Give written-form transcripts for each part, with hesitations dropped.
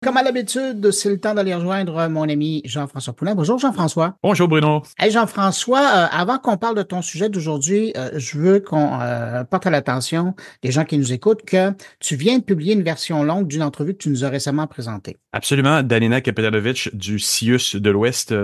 Comme à l'habitude, c'est le temps d'aller rejoindre mon ami Jean-François Poulin. Bonjour Jean-François. Bonjour Bruno. Hey Jean-François, avant qu'on parle de ton sujet d'aujourd'hui, je veux qu'on porte à l'attention des gens qui nous écoutent que tu viens de publier une version longue d'une entrevue que tu nous as récemment présentée. Absolument, Danina Kapetanovic du CIUS de l'Ouest,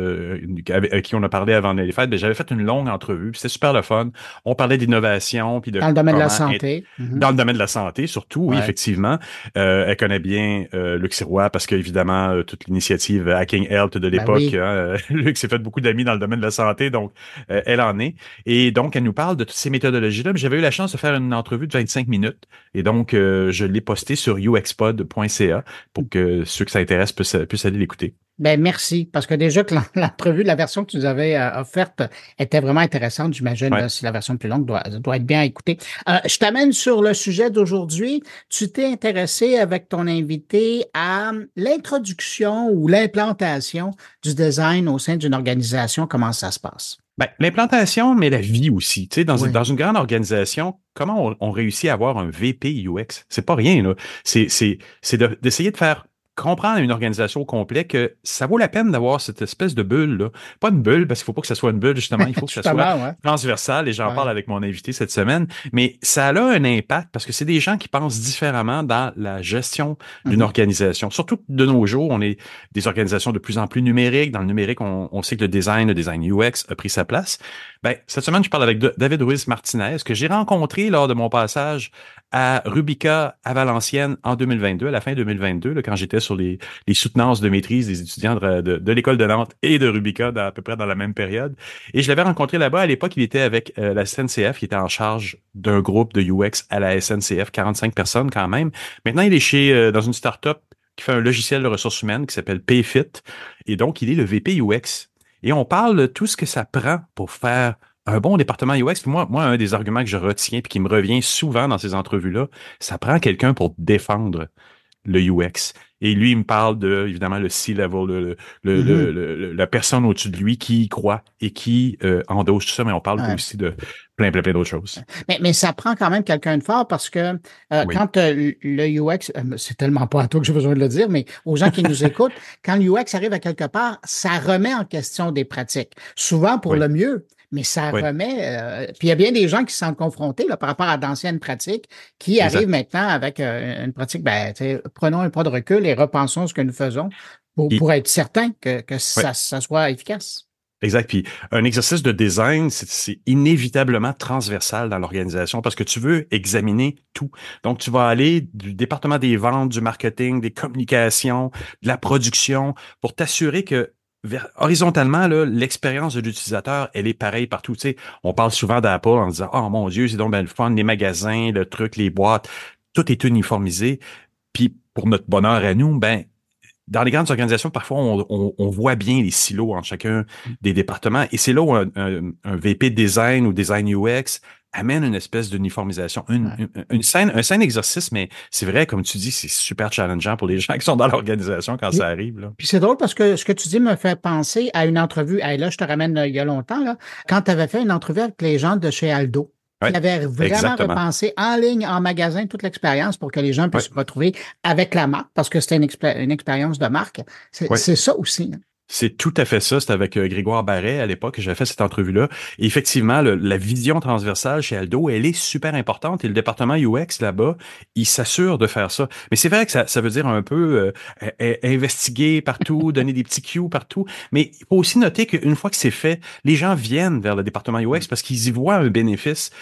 avec qui on a parlé avant les fêtes, j'avais fait une longue entrevue, puis c'était super le fun. On parlait d'innovation, puis de Dans le domaine de la comment être santé. dans le domaine de la santé, surtout, oui, Ouais. effectivement. Elle connaît bien Luc Sirois parce qu'évidemment, toute l'initiative Hacking Health de Ben l'époque, oui. hein, Luc s'est fait beaucoup d'amis dans le domaine de la santé, donc elle en est. Et donc, elle nous parle de toutes ces méthodologies-là. Mais j'avais eu la chance de faire une entrevue de 25 minutes, et donc je l'ai postée sur uxpod.ca pour que ceux que ça intéresse puissent aller l'écouter. Ben merci, parce que déjà que l'entrevue, la version que tu nous avais offerte était vraiment intéressante. J'imagine Ouais. là, si la version plus longue doit être bien écoutée. Je t'amène sur le sujet d'aujourd'hui. Tu t'es intéressé avec ton invité à l'introduction ou l'implantation du design au sein d'une organisation. Comment ça se passe? Ben, l'implantation, mais la vie aussi. Tu sais, Oui. dans une grande organisation, comment on réussit à avoir un VP UX? C'est pas rien, là. D'essayer de faire comprendre à une organisation au complet que ça vaut la peine d'avoir cette espèce de bulle-là. Pas une bulle, parce qu'il faut pas que ça soit une bulle, justement. Il faut que ça soit Justement, ouais. transversal, et j'en Ouais. parle avec mon invité cette semaine. Mais ça a un impact parce que c'est des gens qui pensent différemment dans la gestion d'une Mhm. organisation. Surtout de nos jours, on est des organisations de plus en plus numériques. Dans le numérique, on sait que le design UX a pris sa place. Ben, cette semaine, je parle avec David Ruiz Martinez, que j'ai rencontré lors de mon passage à Rubica à Valenciennes en 2022, à la fin 2022, là, quand j'étais sur les soutenances de maîtrise des étudiants de l'école de Nantes et de Rubica à peu près dans la même période. Et je l'avais rencontré là-bas. À l'époque, il était avec la SNCF, il était en charge d'un groupe de UX à la SNCF, 45 personnes quand même. Maintenant, il est dans une start-up qui fait un logiciel de ressources humaines qui s'appelle Payfit. Et donc, il est le VP UX. Et on parle de tout ce que ça prend pour faire un bon département UX. Puis moi, un des arguments que je retiens et qui me revient souvent dans ces entrevues-là, ça prend quelqu'un pour défendre le UX. Et lui, il me parle de, évidemment, le C-level, Mhm. la personne au-dessus de lui qui y croit et qui endosse tout ça, mais on parle Ouais. aussi de plein d'autres choses. Mais ça prend quand même quelqu'un de fort parce que Oui, quand le UX, c'est tellement pas à toi que j'ai besoin de le dire, mais aux gens qui nous écoutent, quand le UX arrive à quelque part, ça remet en question des pratiques, souvent pour oui, le mieux, mais ça oui, remet. Puis il y a bien des gens qui se sentent confrontés là, par rapport à d'anciennes pratiques qui arrivent exact. maintenant avec une pratique, ben, tu sais, prenons un pas de recul et repensons ce que nous faisons Et, pour être certain que ouais. ça soit efficace. Exact. Puis un exercice de design, c'est inévitablement transversal dans l'organisation parce que tu veux examiner tout. Donc, tu vas aller du département des ventes, du marketing, des communications, de la production pour t'assurer que horizontalement, là, l'expérience de l'utilisateur, elle est pareille partout. Tu sais, on parle souvent d'Apple en disant, oh mon Dieu, c'est donc bien le fun, les magasins, le truc, les boîtes, tout est uniformisé. Puis pour notre bonheur à nous, ben dans les grandes organisations, parfois, on voit bien les silos en chacun des départements. Et c'est là où un VP design ou design UX amène une espèce d'uniformisation, Ouais. un sain exercice, mais c'est vrai, comme tu dis, c'est super challengeant pour les gens qui sont dans l'organisation quand ça arrive, là. Puis c'est drôle parce que ce que tu dis me fait penser à une entrevue. Hey, là, je te ramène il y a longtemps, là, quand tu avais fait une entrevue avec les gens de chez Aldo, Ouais, qui avaient vraiment exactement. repensé en ligne, en magasin, toute l'expérience pour que les gens Ouais, puissent se retrouver avec la marque, parce que c'était une expérience de marque. ouais. C'est ça aussi, hein. C'est tout à fait ça. C'était avec Grégoire Barret à l'époque que j'avais fait cette entrevue-là. Et effectivement, la vision transversale chez Aldo, elle est super importante. Et le département UX là-bas, il s'assure de faire ça. Mais c'est vrai que ça veut dire un peu investiguer partout, donner des petits cues partout. Mais il faut aussi noter qu'une fois que c'est fait, les gens viennent vers le département UX parce qu'ils y voient un bénéfice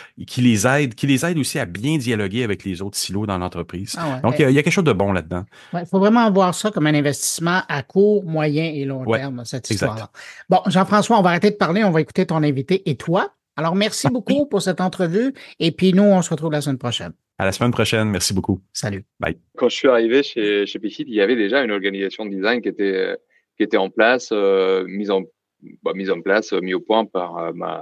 qui les aide aussi à bien dialoguer avec les autres silos dans l'entreprise. Ah Donc, ouais. il y a quelque chose de bon là-dedans. Il faut vraiment voir ça comme un investissement à court, moyen et long Ouais, terme, cette exact. histoire-là. Bon, Jean-François, on va arrêter de parler, on va écouter ton invité et toi. Alors, merci beaucoup pour cette entrevue et puis nous, on se retrouve la semaine prochaine. À la semaine prochaine. Merci beaucoup. Salut. Bye. Quand je suis arrivé chez Payfit, il y avait déjà une organisation de design qui était en place, mise en place, mis au point par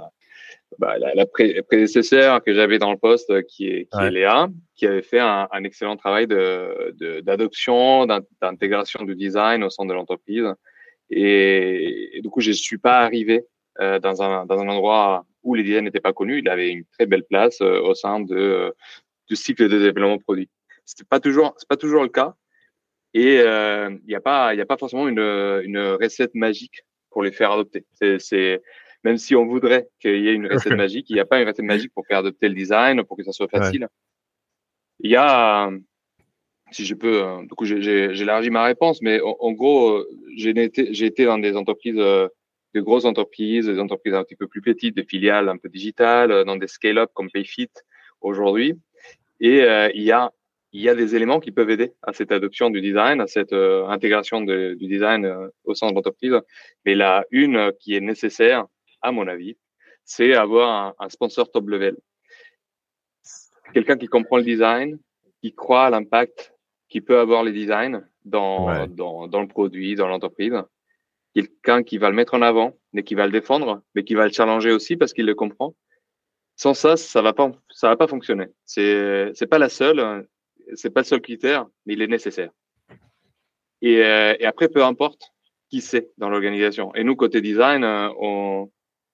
la prédécesseur que j'avais dans le poste, qui est Ouais. Léa, qui avait fait un excellent travail d'adoption, d'intégration du design au sein de l'entreprise. Et du coup, je suis pas arrivé dans un endroit où les designs n'étaient pas connus. Il avait une très belle place au sein du cycle de développement produit. C'est pas toujours le cas. Et il n'y a pas forcément une recette magique pour les faire adopter. Même si on voudrait qu'il y ait une recette magique, il n'y a pas une recette magique pour faire adopter le design, pour que ça soit facile. Ouais. Il y a, si je peux, du coup, j'ai élargi ma réponse, mais en gros, j'ai été dans des entreprises, de grosses entreprises, des entreprises un petit peu plus petites, des filiales un peu digitales, dans des scale-up comme Payfit aujourd'hui. Et il y a des éléments qui peuvent aider à cette adoption du design, à cette intégration du design au sein de l'entreprise. Mais une qui est nécessaire, à mon avis, c'est avoir un sponsor top level. Quelqu'un qui comprend le design, qui croit à l'impact qui peut avoir le design dans le produit, dans l'entreprise. Quelqu'un qui va le mettre en avant, mais qui va le défendre, mais qui va le challenger aussi parce qu'il le comprend. Sans ça, ça va pas fonctionner. C'est pas c'est pas le seul critère, mais il est nécessaire. Et après, peu importe qui c'est dans l'organisation. Et nous, côté design, on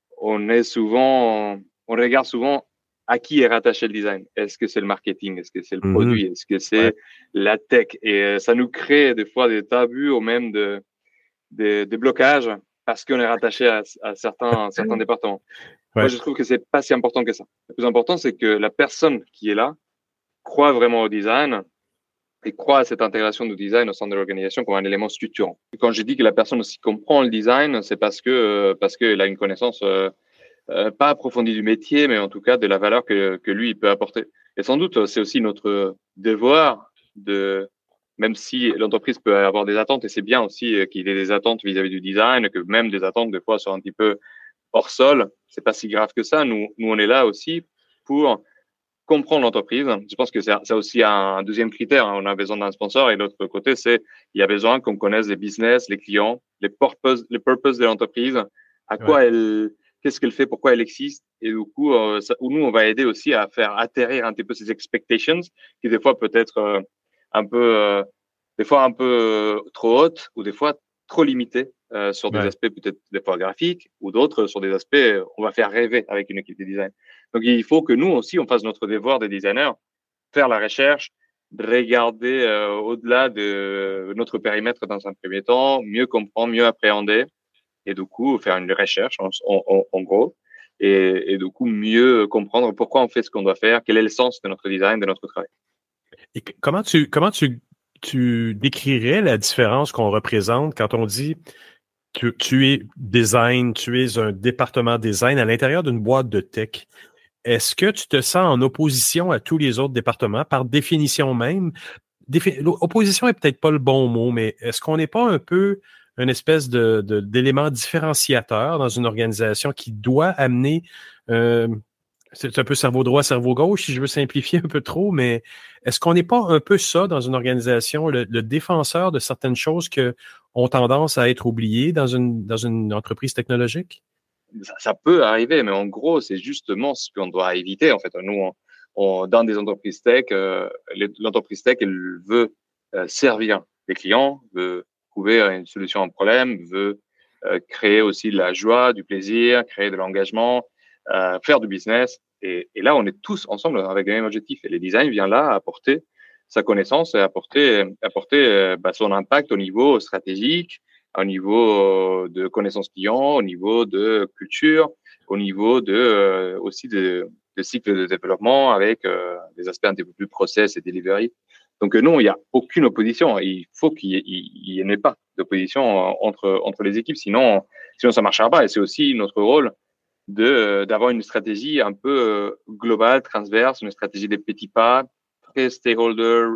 regarde souvent à qui est rattaché le design. Est-ce que c'est le marketing? Est-ce que c'est le produit? Est-ce que c'est la tech? Et ça nous crée des fois des tabus ou même des blocages parce qu'on est rattaché à certains départements. Ouais. Moi, je trouve que c'est pas si important que ça. Le plus important, c'est que la personne qui est là croit vraiment au design et croit à cette intégration du design au sein de l'organisation comme un élément structurant. Et quand je dis que la personne aussi comprend le design, c'est parce qu'elle a une connaissance pas approfondie du métier, mais en tout cas de la valeur que lui il peut apporter. Et sans doute, c'est aussi notre devoir même si l'entreprise peut avoir des attentes, et c'est bien aussi qu'il y ait des attentes vis-à-vis du design, que même des attentes des fois soient un petit peu hors sol, c'est pas si grave que ça. Nous on est là aussi pour comprendre l'entreprise. Je pense que c'est aussi un deuxième critère. On a besoin d'un sponsor, et l'autre côté, il y a besoin qu'on connaisse les business, les clients, les purposes de l'entreprise, à quoi qu'est-ce qu'elle fait, pourquoi elle existe, et du coup, nous on va aider aussi à faire atterrir un petit peu ces expectations qui des fois peut être des fois un peu trop hautes, ou des fois trop limitées sur des aspects peut-être des fois graphiques, ou d'autres sur des aspects on va faire rêver avec une équipe de design. Donc il faut que nous aussi on fasse notre devoir des designers, faire la recherche, regarder au-delà de notre périmètre dans un premier temps, mieux comprendre, mieux appréhender, et du coup faire une recherche en gros, et du coup mieux comprendre pourquoi on fait ce qu'on doit faire, quel est le sens de notre design, de notre travail. Et comment tu décrirais la différence qu'on représente quand on dit tu es design, tu es un département design à l'intérieur d'une boîte de tech? Est-ce que tu te sens en opposition à tous les autres départements par définition même? Opposition est peut-être pas le bon mot, mais est-ce qu'on n'est pas un peu une espèce d'élément différenciateur dans une organisation qui doit amener c'est un peu cerveau droit, cerveau gauche, si je veux simplifier un peu trop, mais est-ce qu'on n'est pas un peu ça dans une organisation, le défenseur de certaines choses qui ont tendance à être oubliées dans une entreprise technologique? Ça peut arriver, mais en gros, c'est justement ce qu'on doit éviter. En fait, nous, dans des entreprises tech, l'entreprise tech, elle veut servir les clients, veut trouver une solution à un problème, veut créer aussi de la joie, du plaisir, créer de l'engagement, faire du business. Et là, on est tous ensemble avec le même objectif. Et le design vient là apporter sa connaissance et apporter son impact au niveau stratégique, au niveau de connaissances clients, au niveau de culture, au niveau aussi de cycle de développement avec des aspects un petit peu plus process et delivery. Donc non, il n'y a aucune opposition. Il faut qu'il n'y ait pas d'opposition entre les équipes, sinon ça ne marchera pas. Et c'est aussi notre rôle d'avoir une stratégie un peu globale, transverse, une stratégie des petits pas, très stakeholder,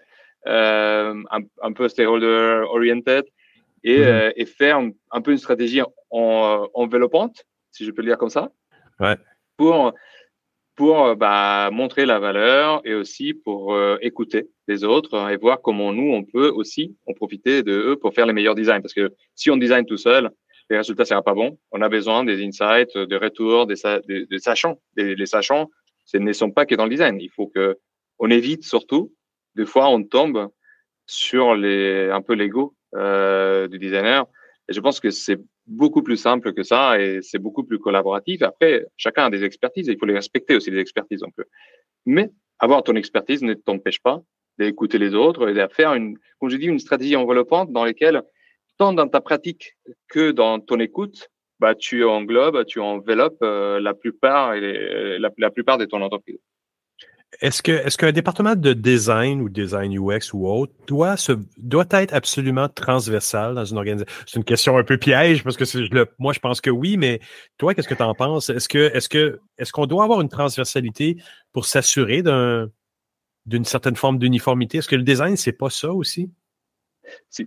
un peu stakeholder oriented, et faire un peu une stratégie enveloppante, si je peux le dire comme ça, pour montrer la valeur, et aussi pour écouter les autres et voir comment nous on peut aussi en profiter de eux pour faire les meilleurs designs. Parce que si on design tout seul, les résultats ne seront pas bons. On a besoin des insights, de retours, des sachants. Les sachants, ce ne sont pas que dans le design. Il faut on évite surtout, des fois on tombe sur un peu l'ego du designer. Et je pense que c'est beaucoup plus simple que ça, et c'est beaucoup plus collaboratif. Après, chacun a des expertises, et il faut les respecter aussi, les expertises. Mais avoir ton expertise ne t'empêche pas d'écouter les autres et de faire comme je dis, une stratégie enveloppante dans laquelle, tant dans ta pratique que dans ton écoute, bah, tu enveloppes la plupart de ton entreprise. Est-ce qu'un département de design ou design UX ou autre doit être absolument transversal dans une organisation? C'est une question un peu piège parce que moi, je pense que oui, mais toi, qu'est-ce que tu en penses? Est-ce qu'on doit avoir une transversalité pour s'assurer d'une certaine forme d'uniformité? Est-ce que le design, c'est pas ça aussi? Si,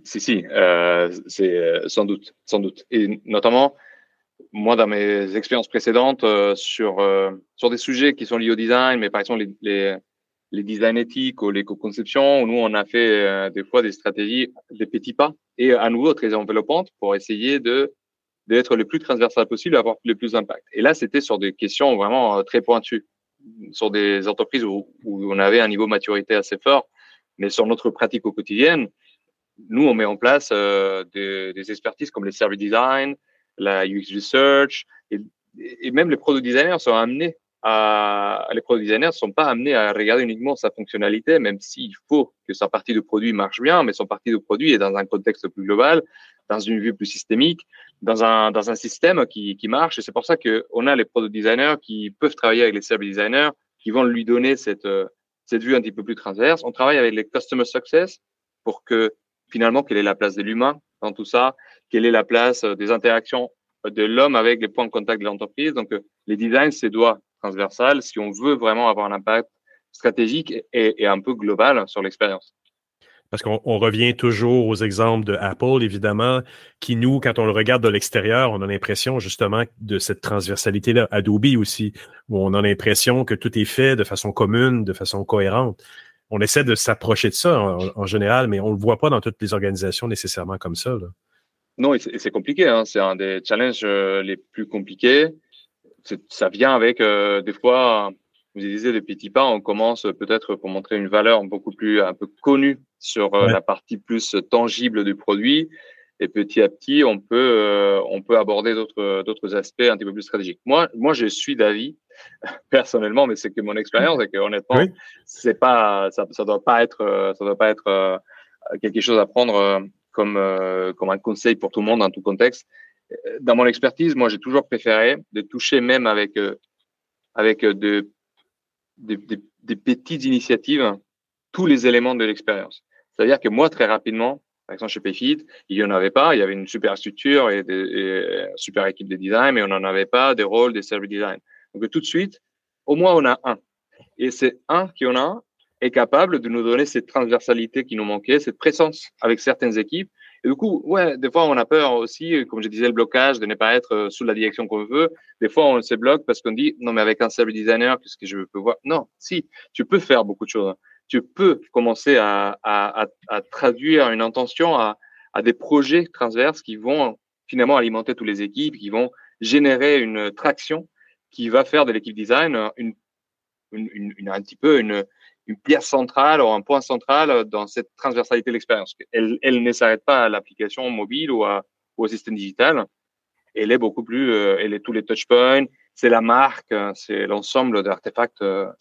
c'est sans doute. Et notamment, moi, dans mes expériences précédentes, sur des sujets qui sont liés au design, mais par exemple les design éthiques ou l'éco-conception, nous, on a fait des fois des stratégies, des petits pas, et à nouveau très enveloppantes pour essayer d'être le plus transversal possible et avoir le plus d'impact. Et là, c'était sur des questions vraiment très pointues, sur des entreprises où on avait un niveau de maturité assez fort, mais sur notre pratique au quotidien, nous, on met en place des expertises comme les service design, la UX research, et même les product designers sont amenés les product designers sont pas amenés à regarder uniquement sa fonctionnalité, même s'il faut que sa partie de produit marche bien, mais son partie de produit est dans un contexte plus global, dans une vue plus systémique, dans un système qui marche. Et c'est pour ça que on a les product designers qui peuvent travailler avec les service designers, qui vont lui donner cette vue un petit peu plus transverse. On travaille avec les customer success pour que finalement, quelle est la place de l'humain dans tout ça? Quelle est la place des interactions de l'homme avec les points de contact de l'entreprise? Donc, les designs, c'est doigt transversal si on veut vraiment avoir un impact stratégique et un peu global sur l'expérience. Parce qu'on revient toujours aux exemples de Apple, évidemment, qui nous, quand on le regarde de l'extérieur, on a l'impression justement de cette transversalité-là. Adobe aussi, où on a l'impression que tout est fait de façon commune, de façon cohérente. On essaie de s'approcher de ça en général, mais on ne le voit pas dans toutes les organisations nécessairement comme ça, là. Non, et c'est compliqué, hein. C'est un des challenges les plus compliqués. Ça vient avec des fois, vous disiez des petits pas, on commence peut-être pour montrer une valeur beaucoup plus un peu connue sur la partie plus tangible du produit, et petit à petit on peut aborder d'autres aspects un petit peu plus stratégiques. Moi je suis d'avis personnellement, mais c'est que mon expérience, et que honnêtement c'est pas ça doit pas être quelque chose à prendre comme un conseil pour tout le monde dans tout contexte. Dans mon expertise, moi, j'ai toujours préféré de toucher même avec des petites initiatives tous les éléments de l'expérience. C'est-à-dire que moi, très rapidement, par exemple chez Payfit, il y en avait pas. Il y avait une super structure et une super équipe de design, mais on n'en avait pas des rôles de service design. Donc tout de suite, au moins on a un. Et c'est un qui en a est capable de nous donner cette transversalité qui nous manquait, cette présence avec certaines équipes. Et du coup, ouais, des fois, on a peur aussi, comme je disais, le blocage de ne pas être sous la direction qu'on veut. Des fois, on se bloque parce qu'on dit, non, mais avec un service designer, qu'est-ce que je peux voir? Non, si, tu peux faire beaucoup de choses. Tu peux commencer à traduire une intention à des projets transverses qui vont finalement alimenter toutes les équipes, qui vont générer une traction qui va faire de l'équipe design un petit peu une pierre centrale ou un point central dans cette transversalité de l'expérience. Elle ne s'arrête pas à l'application mobile ou au système digital. Elle est beaucoup plus, elle est tous les touchpoints, c'est la marque, c'est l'ensemble d'artefacts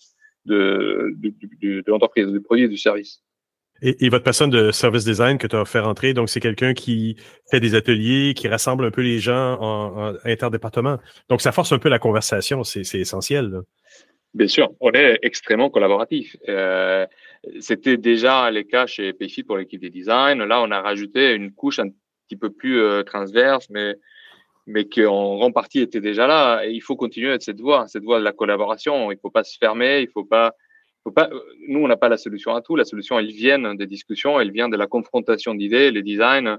de l'entreprise, du produit et du service. Et votre personne de service design que tu as fait rentrer, donc c'est quelqu'un qui fait des ateliers, qui rassemble un peu les gens en interdépartement. Donc ça force un peu la conversation, c'est essentiel, là. Bien sûr, on est extrêmement collaboratif. C'était déjà le cas chez Payfit pour l'équipe des design. Là, on a rajouté une couche un petit peu plus transverse, mais qui en grande partie était déjà là. Et il faut continuer avec cette voie de la collaboration. Il faut pas se fermer, il faut pas. Nous, on n'a pas la solution à tout. La solution, elle vient des discussions, elle vient de la confrontation d'idées, les designs,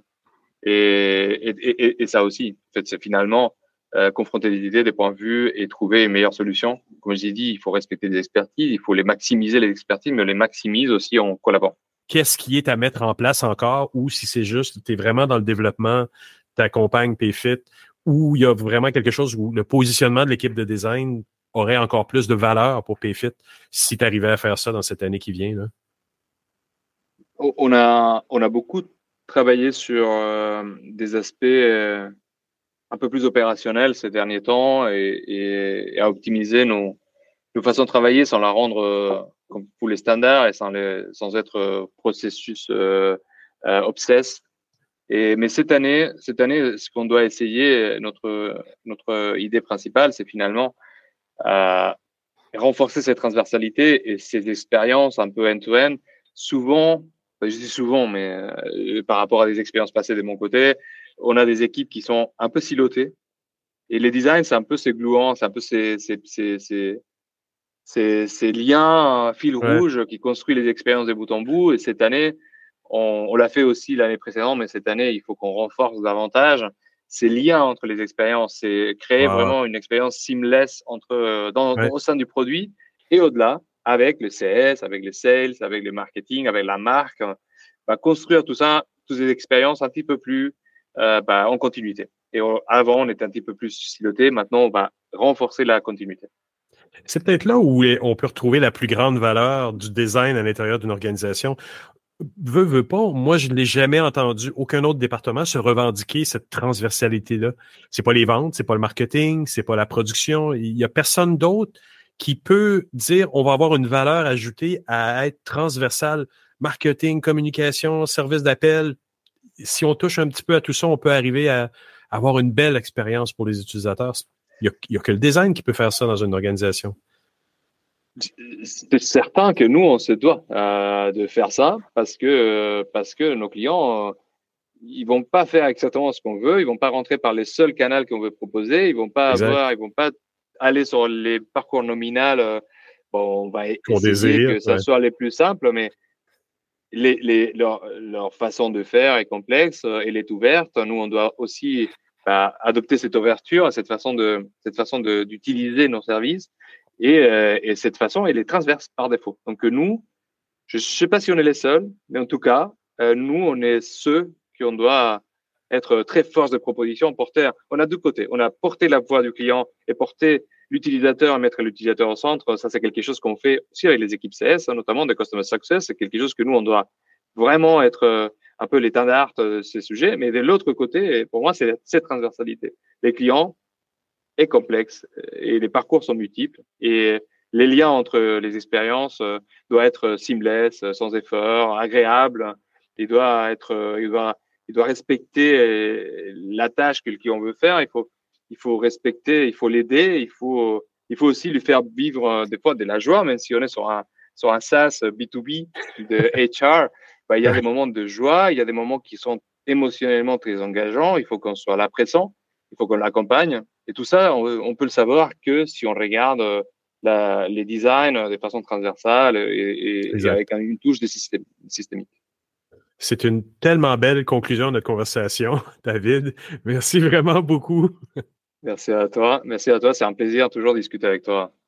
et ça aussi. En fait, c'est finalement confronter des idées, des points de vue et trouver une meilleure solution. Comme j'ai dit, il faut respecter les expertises, il faut les maximiser les expertises, mais on les maximise aussi en collaborant. Qu'est-ce qui est à mettre en place encore, ou si c'est juste, tu es vraiment dans le développement, tu accompagnes Payfit, ou il y a vraiment quelque chose où le positionnement de l'équipe de design aurait encore plus de valeur pour Payfit si tu arrivais à faire ça dans cette année qui vient, là? On a beaucoup travaillé sur des aspects un peu plus opérationnels ces derniers temps et à optimiser nos façons de travailler sans la rendre comme pour les standards et sans être processus obsesse. Mais cette année, ce qu'on doit essayer, notre idée principale, c'est finalement renforcer cette transversalité et ces expériences un peu end-to-end. Souvent, je dis souvent, mais par rapport à des expériences passées de mon côté, on a des équipes qui sont un peu silotées. Et les designs, c'est un peu ces gluants, c'est un peu ces liens, fil rouge qui construit les expériences de bout en bout. Et cette année, on l'a fait aussi l'année précédente, mais cette année, il faut qu'on renforce davantage ces liens entre les expériences. C'est créer vraiment une expérience seamless au sein du produit et au-delà, avec le CS, avec les sales, avec le marketing, avec la marque. Construire tout ça, toutes ces expériences un petit peu plus en continuité. Et avant, on était un petit peu plus siloté. Maintenant, on va renforcer la continuité. C'est peut-être là où on peut retrouver la plus grande valeur du design à l'intérieur d'une organisation. Veux pas, moi, je ne l'ai jamais entendu aucun autre département se revendiquer cette transversalité-là. C'est pas les ventes, c'est pas le marketing, c'est pas la production. Il y a personne d'autre qui peut dire on va avoir une valeur ajoutée à être transversal. Marketing, communication, service d'appel. Si on touche un petit peu à tout ça, on peut arriver à avoir une belle expérience pour les utilisateurs. Il y a que le design qui peut faire ça dans une organisation. C'est certain que nous, on se doit de faire ça parce que nos clients, ils vont pas faire exactement ce qu'on veut, ils vont pas rentrer par les seuls canaux qu'on veut proposer, ils vont pas aller sur les parcours nominaux. On va essayer que ça soit les plus simples, mais leur façon de faire est complexe, elle est ouverte. Nous, on doit aussi adopter cette ouverture, cette façon d'utiliser nos services. Et cette façon, elle est transverse par défaut. Donc nous, je ne sais pas si on est les seuls, mais en tout cas, nous, on est ceux on doit être très force de proposition, on a deux côtés. On a porté la voix du client et porter l'utilisateur, mettre l'utilisateur au centre. Ça, c'est quelque chose qu'on fait aussi avec les équipes CS, notamment de Customer Success. C'est quelque chose que nous, on doit vraiment être un peu l'étendard de ces sujets. Mais de l'autre côté, pour moi, c'est cette transversalité. Les clients est complexe et les parcours sont multiples et les liens entre les expériences doivent être seamless, sans effort, agréable. Il doit respecter la tâche que le client veut faire. Il faut respecter, il faut l'aider, il faut aussi lui faire vivre des fois de la joie, même si on est sur un SaaS B2B de HR. Il y a des moments de joie, il y a des moments qui sont émotionnellement très engageants. Il faut qu'on soit là présent, il faut qu'on l'accompagne. Et tout ça, on peut le savoir que si on regarde les designs de façon transversale et avec une touche de systémique. C'est une tellement belle conclusion de notre conversation, David. Merci vraiment beaucoup. Merci à toi. C'est un plaisir toujours de discuter avec toi.